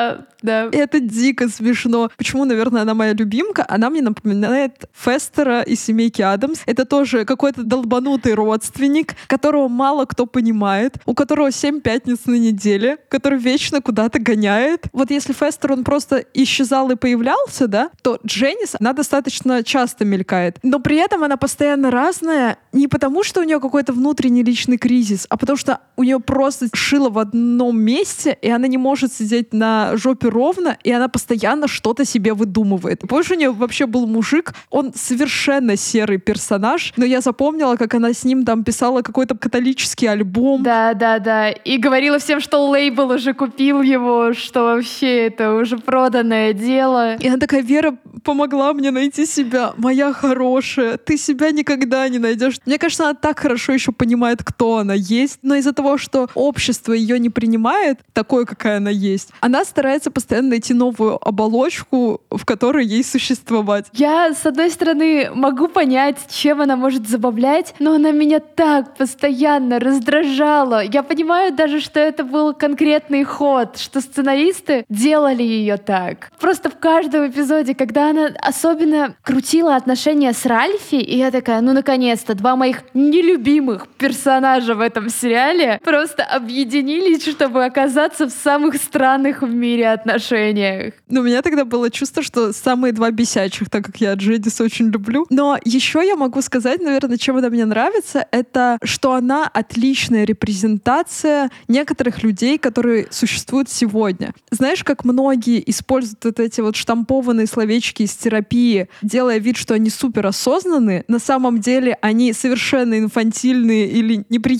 Это дико смешно. Почему, наверное, она моя любимка? Она мне напоминает Фестера из «Семейки Адамс». Это тоже какой-то долбанутый родственник, которого мало кто понимает, у которого 7 пятниц на неделе, который вечно куда-то гоняет. Вот если Фестер, он просто исчезал и появлялся, да, то Дженнис, она достаточно часто мелькает. Но при этом она постоянно разная не потому, что у нее какой-то внутренний личный кризис, а потому что у нее просто шило в одном месте, и она не может сидеть на жопе ровно, и она постоянно что-то себе выдумывает. Помнишь, у нее вообще был мужик, он совершенно серый персонаж, но я запомнила, как она с ним там писала какой-то католический альбом. Да. И говорила всем, что лейбл уже купил его, что вообще это уже проданное дело. И она такая, Вера помогла мне найти себя, моя хорошая, ты себя никогда не найдешь. Мне кажется, она так хорошо еще понимает, кто она есть, но из-за того, что общество ее не принимает такой, какая она есть, она старается постоянно найти новую оболочку, в которой ей существовать. Я, с одной стороны, могу понять, чем она может забавлять, но она меня так постоянно раздражала. Я понимаю даже, что это был конкретный ход, что сценаристы делали ее так. Просто в каждом эпизоде, когда она особенно крутила отношения с Ральфи, и я такая, ну, наконец-то, два моих нелюбимых персонажа в этом сериале просто объединились, чтобы оказаться в самых странных в мире отношениях. Но у меня тогда было чувство, что самые два бесячих, так как я Дженнис очень люблю. Но еще я могу сказать, наверное, чем она мне нравится, это что она отличная репрезентация некоторых людей, которые существуют сегодня. Знаешь, как многие используют вот эти вот штампованные словечки из терапии, делая вид, что они суперосознанные, на самом деле они совершенно инфантильные или неприятные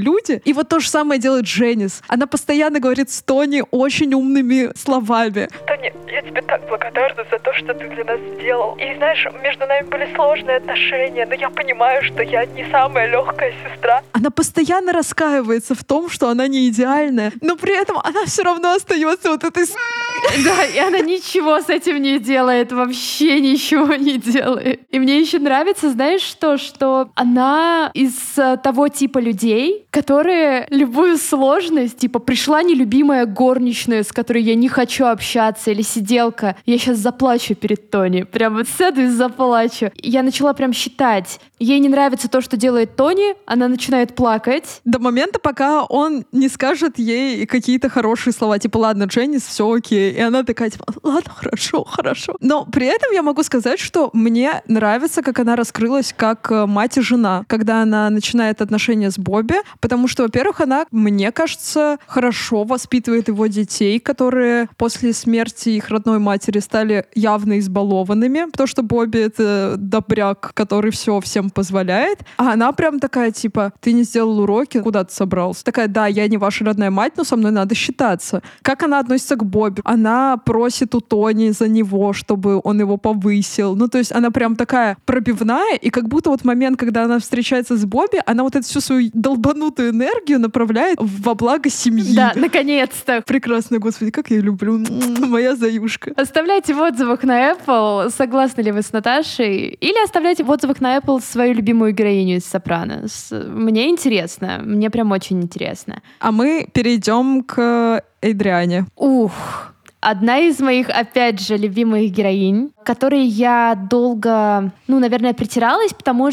люди. И вот то же самое делает Дженнис. Она постоянно говорит с Тони очень умными словами. Тони, я тебе так благодарна за то, что ты для нас сделал. И знаешь, между нами были сложные отношения, но я понимаю, что я не самая легкая сестра. Она постоянно раскаивается в том, что она не идеальная, но при этом она все равно остается вот этой... Да, и она ничего с этим не делает, вообще ничего не делает. И мне еще нравится, знаешь что она из того типа людей, которые любую сложность, типа пришла нелюбимая горничная, с которой я не хочу общаться, или сиделка, я сейчас заплачу перед Тони, прям вот сяду и заплачу. Я начала прям считать. Ей не нравится то, что делает Тони, она начинает плакать. До момента, пока он не скажет ей какие-то хорошие слова, типа, ладно, Дженнис, все окей. И она такая, типа, ладно, хорошо. Но при этом я могу сказать, что мне нравится, как она раскрылась как мать и жена, когда она начинает отношения с Бобби, потому что, во-первых, она, мне кажется, хорошо воспитывает его детей, которые после смерти их родной матери стали явно избалованными, потому что Бобби — это добряк, который все всем позволяет, а она прям такая, типа, ты не сделал уроки, куда ты собрался? Такая, да, я не ваша родная мать, но со мной надо считаться. Как она относится к Бобби? Она просит у Тони за него, чтобы он его повысил. Ну, то есть она прям такая пробивная, и как будто вот момент, когда она встречается с Бобби, она вот эту всю свою долбанутую энергию направляет во благо семьи. Да, наконец-то. Прекрасно, господи, как я люблю. Моя заюшка. Оставляйте в отзывах на Apple, согласны ли вы с Наташей, или оставляйте в отзывах на Apple свою любимую героиню из «Сопранос». Мне интересно, мне прям очень интересно. А мы перейдем к Эйдриане. Одна из моих, опять же, любимых героинь, которой я долго, наверное, притиралась, потому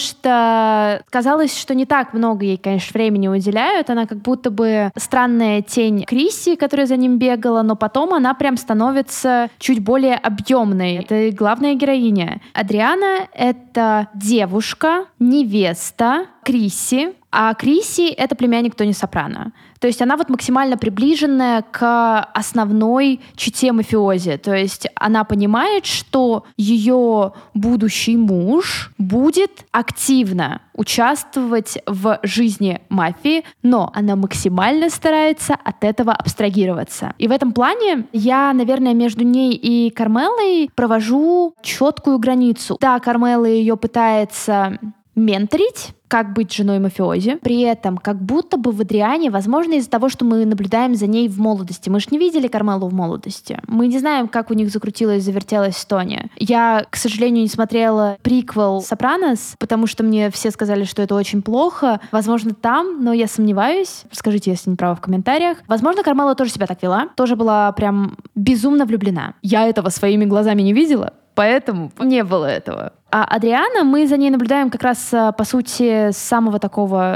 что казалось, что не так много ей, конечно, времени уделяют. Она как будто бы странная тень Крисси, которая за ним бегала, но потом она прям становится чуть более объемной. Это главная героиня. Адриана — это девушка, невеста Крисси, а Крисси — это племянник Тони Сопрано. То есть она вот максимально приближенная к основной чете мафиози. То есть она понимает, что ее будущий муж будет активно участвовать в жизни мафии, но она максимально старается от этого абстрагироваться. И в этом плане я, наверное, между ней и Кармелой провожу четкую границу. Да, Кармела ее пытается менторить, как быть женой мафиози. При этом как будто бы в Адриане, возможно, из-за того, что мы наблюдаем за ней в молодости. Мы же не видели Кармелу в молодости. Мы не знаем, как у них закрутилось, завертелось с Тони. Я, к сожалению, не смотрела приквел «Сопранос», потому что мне все сказали, что это очень плохо. Возможно, там, но я сомневаюсь. Скажите, если не права, в комментариях. Возможно, Кармела тоже себя так вела. Тоже была прям безумно влюблена. Я этого своими глазами не видела, поэтому не было этого. А Адриана, мы за ней наблюдаем как раз, по сути, с самого такого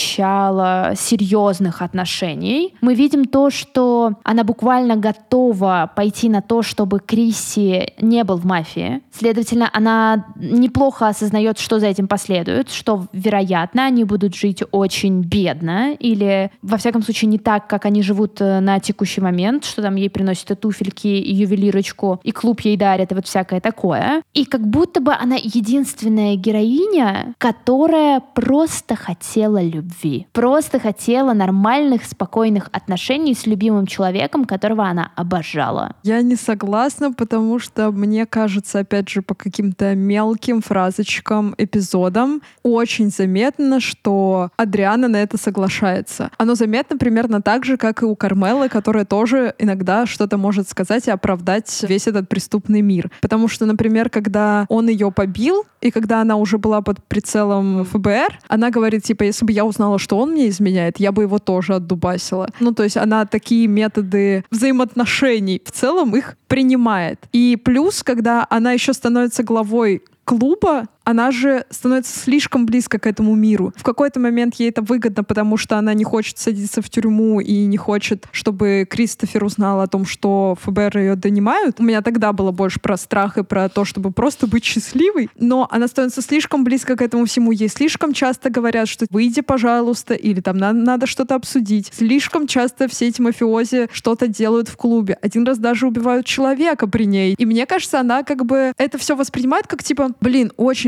начала серьезных отношений. Мы видим то, что она буквально готова пойти на то, чтобы Крисси не был в мафии. Следовательно, она неплохо осознает, что за этим последует, что, вероятно, они будут жить очень бедно или, во всяком случае, не так, как они живут на текущий момент, что там ей приносят и туфельки, и ювелирочку, и клуб ей дарят, и вот всякое такое. И как будто бы она единственная героиня, которая просто хотела любви. Просто хотела нормальных, спокойных отношений с любимым человеком, которого она обожала. Я не согласна, потому что мне кажется, опять же, по каким-то мелким фразочкам, эпизодам, очень заметно, что Адриана на это соглашается. Оно заметно примерно так же, как и у Кармелы, которая тоже иногда что-то может сказать и оправдать весь этот преступный мир. Потому что, например, когда он ее побил, и когда она уже была под прицелом ФБР, она говорит, типа, если бы я узнала, что он мне изменяет, я бы его тоже отдубасила. Ну, то есть она такие методы взаимоотношений в целом их принимает. И плюс, когда она еще становится главой клуба, она же становится слишком близко к этому миру. В какой-то момент ей это выгодно, потому что она не хочет садиться в тюрьму и не хочет, чтобы Кристофер узнал о том, что ФБР ее донимают. У меня тогда было больше про страх и про то, чтобы просто быть счастливой. Но она становится слишком близко к этому всему. Ей слишком часто говорят, что выйди, пожалуйста, или там надо что-то обсудить. Слишком часто все эти мафиози что-то делают в клубе. Один раз даже убивают человека при ней. И мне кажется, она как бы это все воспринимает как типа, блин, очень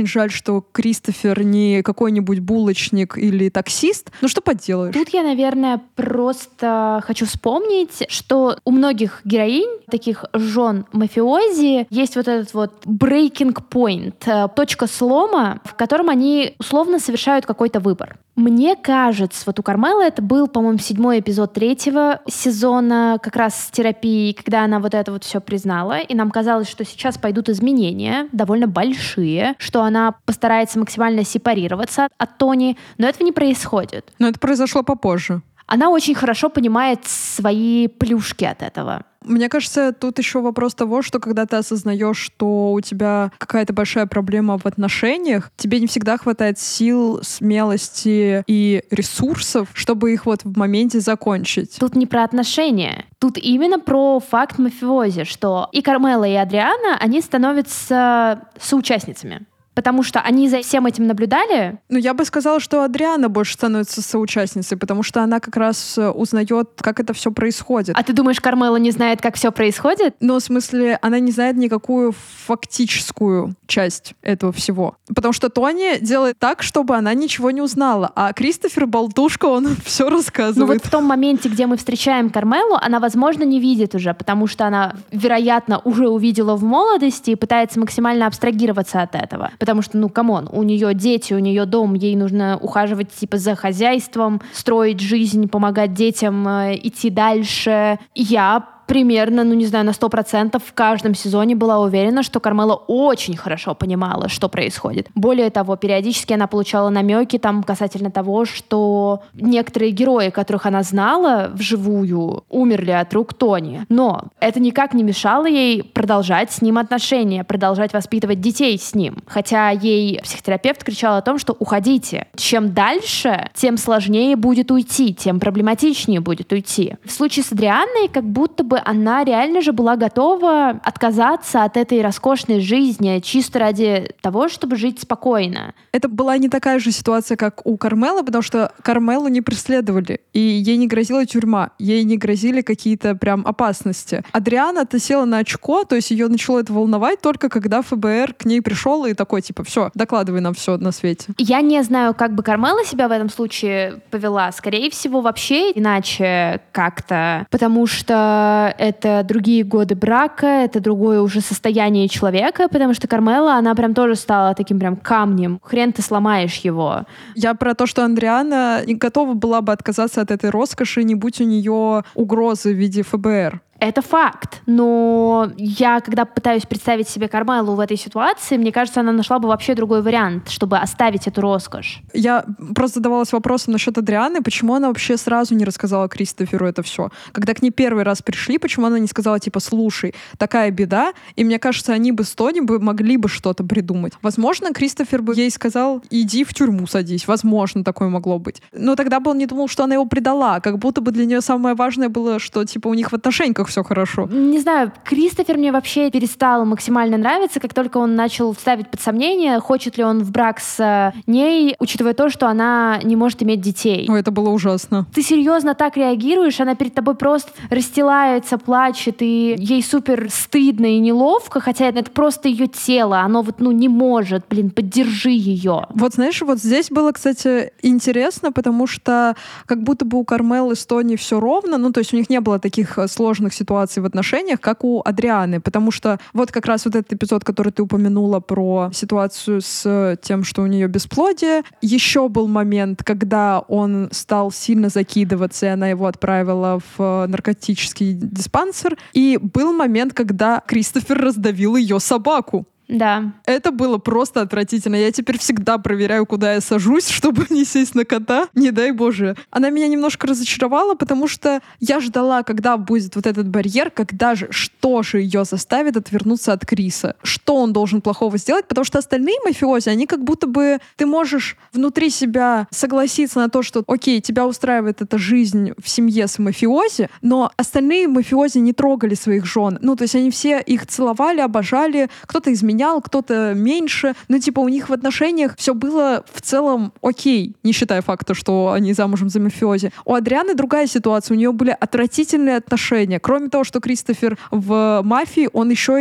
очень жаль, что Кристофер не какой-нибудь булочник или таксист. Ну что поделаешь? Тут я, наверное, просто хочу вспомнить, что у многих героинь, таких жен мафиози, есть вот этот вот breaking point, точка слома, в котором они условно совершают какой-то выбор. Мне кажется, вот у Кармелы это был, по-моему, 7-й эпизод 3-го сезона, как раз с терапией, когда она вот это вот все признала, и нам казалось, что сейчас пойдут изменения, довольно большие, что она постарается максимально сепарироваться от Тони, но этого не происходит. Но это произошло попозже. Она очень хорошо понимает свои плюшки от этого. Мне кажется, тут еще вопрос того, что когда ты осознаешь, что у тебя какая-то большая проблема в отношениях, тебе не всегда хватает сил, смелости и ресурсов, чтобы их вот в моменте закончить. Тут не про отношения. Тут именно про факт мафиози, что и Кармела, и Адриана, они становятся соучастницами. Потому что они за всем этим наблюдали. Ну, я бы сказала, что Адриана больше становится соучастницей, потому что она как раз узнает, как это все происходит. А ты думаешь, Кармела не знает, как все происходит? Но в смысле, она не знает никакую фактическую часть этого всего. Потому что Тони делает так, чтобы она ничего не узнала. А Кристофер болтушка, он все рассказывает. Ну вот в том моменте, где мы встречаем Кармелу, она, возможно, не видит уже, потому что она, вероятно, уже увидела в молодости и пытается максимально абстрагироваться от этого. Потому что, ну, камон, у нее дети, у нее дом, ей нужно ухаживать типа за хозяйством, строить жизнь, помогать детям идти дальше. Я примерно, ну не знаю, на 100% в каждом сезоне была уверена, что Кармела очень хорошо понимала, что происходит. Более того, периодически она получала намеки там касательно того, что некоторые герои, которых она знала вживую, умерли от рук Тони. Но это никак не мешало ей продолжать с ним отношения, продолжать воспитывать детей с ним. Хотя ей психотерапевт кричал о том, что уходите. Чем дальше, тем сложнее будет уйти, тем проблематичнее будет уйти. В случае с Адрианной как будто бы она реально же была готова отказаться от этой роскошной жизни чисто ради того, чтобы жить спокойно. Это была не такая же ситуация, как у Кармелы, потому что Кармелу не преследовали, и ей не грозила тюрьма, ей не грозили какие-то прям опасности. Адриана-то села на очко, то есть ее начало это волновать только когда ФБР к ней пришел и такой, типа, все, докладывай нам все на свете. Я не знаю, как бы Кармела себя в этом случае повела. Скорее всего, вообще иначе как-то, потому что это другие годы брака, это другое уже состояние человека, потому что Кармела, она прям тоже стала таким прям камнем. Хрен ты сломаешь его. Я про то, что Адриана не готова была бы отказаться от этой роскоши, не будь у нее угрозы в виде ФБР. Это факт, но я, когда пытаюсь представить себе Кармелу в этой ситуации, мне кажется, она нашла бы вообще другой вариант, чтобы оставить эту роскошь. Я просто задавалась вопросом насчет Адрианы, почему она вообще сразу не рассказала Кристоферу это все. Когда к ней первый раз пришли, почему она не сказала, типа, слушай, такая беда, и мне кажется, они бы с Тони могли бы что-то придумать. Возможно, Кристофер бы ей сказал, иди в тюрьму садись, возможно, такое могло быть. Но тогда бы он не думал, что она его предала, как будто бы для нее самое важное было, что, типа, у них в отношениях все хорошо. Не знаю, Кристофер мне вообще перестал максимально нравиться, как только он начал ставить под сомнение, хочет ли он в брак с ней, учитывая то, что она не может иметь детей. Ой, это было ужасно. Ты серьезно так реагируешь? Она перед тобой просто расстилается, плачет, и ей супер стыдно и неловко, хотя это просто ее тело, оно вот, ну, не может, поддержи ее. Вот знаешь, вот здесь было, кстати, интересно, потому что как будто бы у Кармелы с Тони все ровно, ну, то есть у них не было таких сложных ситуаций в отношениях, как у Адрианы, потому что вот как раз вот этот эпизод, который ты упомянула про ситуацию с тем, что у нее бесплодие, еще был момент, когда он стал сильно закидываться, и она его отправила в наркотический диспансер, и был момент, когда Кристофер раздавил ее собаку. Да. Это было просто отвратительно. Я теперь всегда проверяю, куда я сажусь, чтобы не сесть на кота. Не дай боже. Она меня немножко разочаровала, потому что я ждала, когда будет вот этот барьер, когда же, что же ее заставит отвернуться от Криса. Что он должен плохого сделать, потому что остальные мафиози, они как будто бы... Ты можешь внутри себя согласиться на то, что, окей, тебя устраивает эта жизнь в семье с мафиози, но остальные мафиози не трогали своих жен. Ну, то есть они все их целовали, обожали, кто-то изменял, кто-то меньше. Но типа у них в отношениях все было в целом окей, не считая факта, что они замужем за мафиози. У Адрианы другая ситуация. У нее были отвратительные отношения. Кроме того, что Кристофер в мафии, он еще и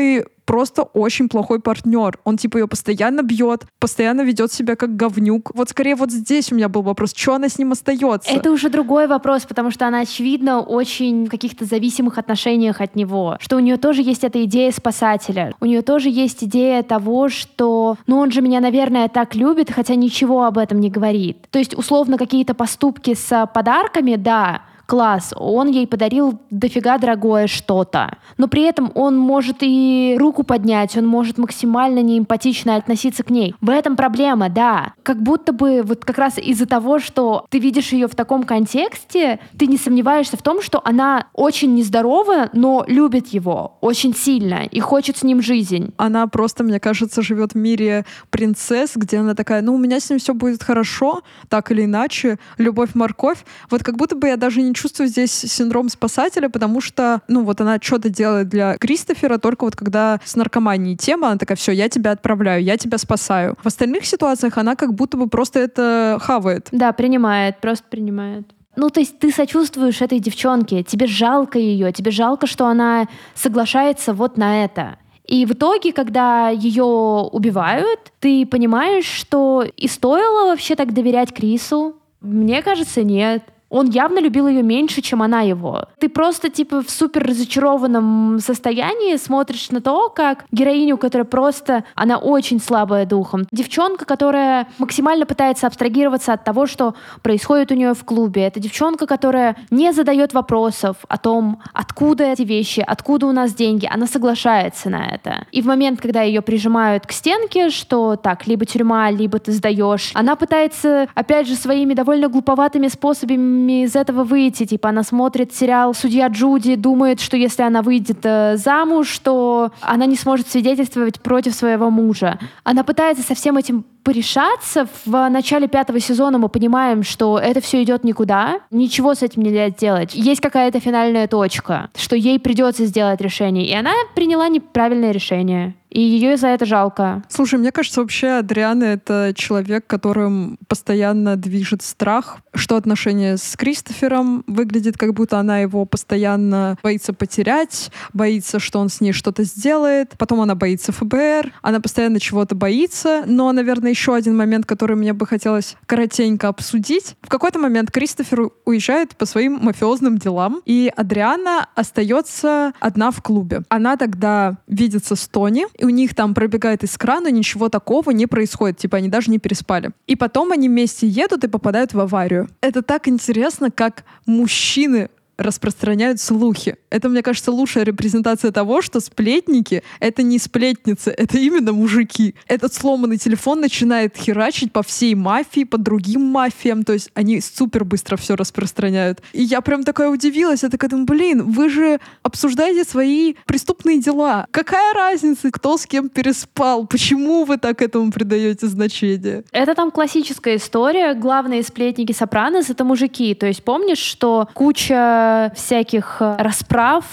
просто очень плохой партнер. Он типа ее постоянно бьет, постоянно ведет себя как говнюк. Вот скорее вот здесь у меня был вопрос, что она с ним остается? Это уже другой вопрос, потому что она, очевидно, очень в каких-то зависимых отношениях от него. Что у нее тоже есть эта идея спасателя. У нее тоже есть идея того, что он же меня, наверное, так любит, хотя ничего об этом не говорит. То есть, условно, какие-то поступки с подарками, да, класс, он ей подарил дофига дорогое что-то. Но при этом он может и руку поднять, он может максимально неэмпатично относиться к ней. В этом проблема, да. Как будто бы вот как раз из-за того, что ты видишь ее в таком контексте, ты не сомневаешься в том, что она очень нездорова, но любит его очень сильно и хочет с ним жизнь. Она просто, мне кажется, живет в мире принцесс, где она такая, у меня с ним все будет хорошо, так или иначе, любовь-морковь. Вот как будто бы я даже не чувствую здесь синдром спасателя, потому что, вот она что-то делает для Кристофера, только вот когда с наркоманией тема, она такая, все, я тебя отправляю, я тебя спасаю. В остальных ситуациях она как будто бы просто это хавает. Да, просто принимает. То есть ты сочувствуешь этой девчонке, тебе жалко ее, тебе жалко, что она соглашается вот на это. И в итоге, когда ее убивают, ты понимаешь, что и стоило вообще так доверять Крису? Мне кажется, нет. Он явно любил ее меньше, чем она его. Ты просто в супер разочарованном состоянии смотришь на то, как героиню, которая просто, она очень слабая духом. Девчонка, которая максимально пытается абстрагироваться от того, что происходит у нее в клубе. Это девчонка, которая не задает вопросов о том, откуда эти вещи, откуда у нас деньги. Она соглашается на это. И в момент, когда ее прижимают к стенке, что так, либо тюрьма, либо ты сдаешь, она пытается, опять же, своими довольно глуповатыми способами из этого выйти. Она смотрит сериал «Судья Джуди», думает, что если она выйдет замуж, то она не сможет свидетельствовать против своего мужа. Она пытается со всем этим порешаться. В начале 5-го сезона мы понимаем, что это все идет никуда. Ничего с этим нельзя сделать. Есть какая-то финальная точка, что ей придется сделать решение. И она приняла неправильное решение. И ее за это жалко. Слушай, мне кажется, вообще Адриана — это человек, которым постоянно движет страх, что отношение с Кристофером выглядит, как будто она его постоянно боится потерять, боится, что он с ней что-то сделает, потом она боится ФБР, она постоянно чего-то боится. Но, наверное, еще один момент, который мне бы хотелось коротенько обсудить. В какой-то момент Кристофер уезжает по своим мафиозным делам, и Адриана остается одна в клубе. Она тогда видится с Тони, и у них там пробегает искра, но ничего такого не происходит. Они даже не переспали. И потом они вместе едут и попадают в аварию. Это так интересно, как мужчины распространяют слухи. Это, мне кажется, лучшая репрезентация того, что сплетники — это не сплетницы, это именно мужики. Этот сломанный телефон начинает херачить по всей мафии, по другим мафиям, то есть они супер быстро все распространяют. И я прям такая удивилась, я такая думаю, вы же обсуждаете свои преступные дела. Какая разница, кто с кем переспал? Почему вы так этому придаете значение? Это там классическая история. Главные сплетники Сопранос — это мужики. То есть помнишь, что куча всяких расправ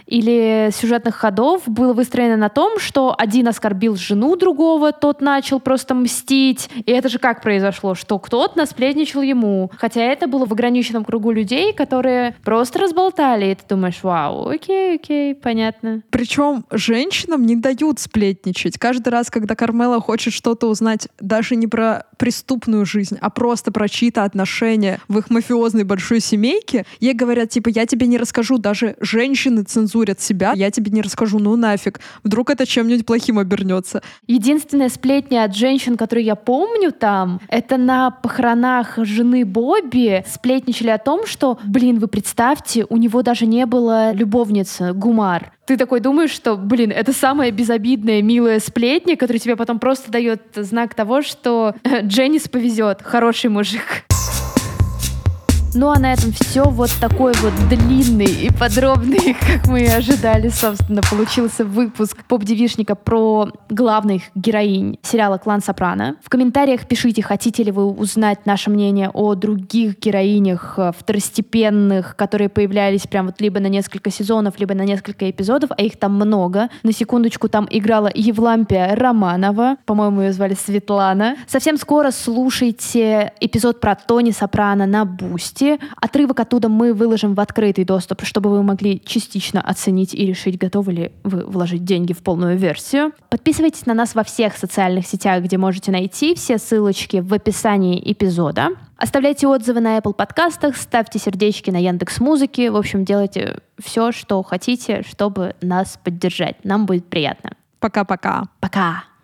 или сюжетных ходов было выстроено на том, что один оскорбил жену другого, тот начал просто мстить. И это же как произошло? Что кто-то насплетничал ему. Хотя это было в ограниченном кругу людей, которые просто разболтали. И ты думаешь, вау, окей, понятно. Причем женщинам не дают сплетничать. Каждый раз, когда Кармела хочет что-то узнать даже не про преступную жизнь, а просто про чьи-то отношения в их мафиозной большой семейке, ей говорят, я тебе не расскажу, даже женщины цензурят себя, я тебе не расскажу, нафиг. Вдруг это чем-нибудь плохим обернется. Единственная сплетня от женщин, которую я помню там, это на похоронах жены Бобби сплетничали о том, что, вы представьте, у него даже не было любовницы, Гумар. Ты такой думаешь, что, это самая безобидная, милая сплетня, которая тебе потом просто дает знак того, что Дженнис повезет, хороший мужик. Ну а на этом все. Вот такой вот длинный и подробный, как мы и ожидали, собственно, получился выпуск поп-девишника про главных героинь сериала «Клан Сопрано». В комментариях пишите, хотите ли вы узнать наше мнение о других героинях второстепенных, которые появлялись прям вот либо на несколько сезонов, либо на несколько эпизодов, а их там много. На секундочку, там играла Евлампия Романова, по-моему, ее звали Светлана. Совсем скоро слушайте эпизод про Тони Сопрано на Бусти. новости. Отрывок оттуда мы выложим в открытый доступ, чтобы вы могли частично оценить и решить, готовы ли вы вложить деньги в полную версию. Подписывайтесь на нас во всех социальных сетях, где можете найти все ссылочки в описании эпизода. Оставляйте отзывы на Apple подкастах, ставьте сердечки на Яндекс.Музыке. В общем, делайте все, что хотите, чтобы нас поддержать. Нам будет приятно. Пока-пока. Пока.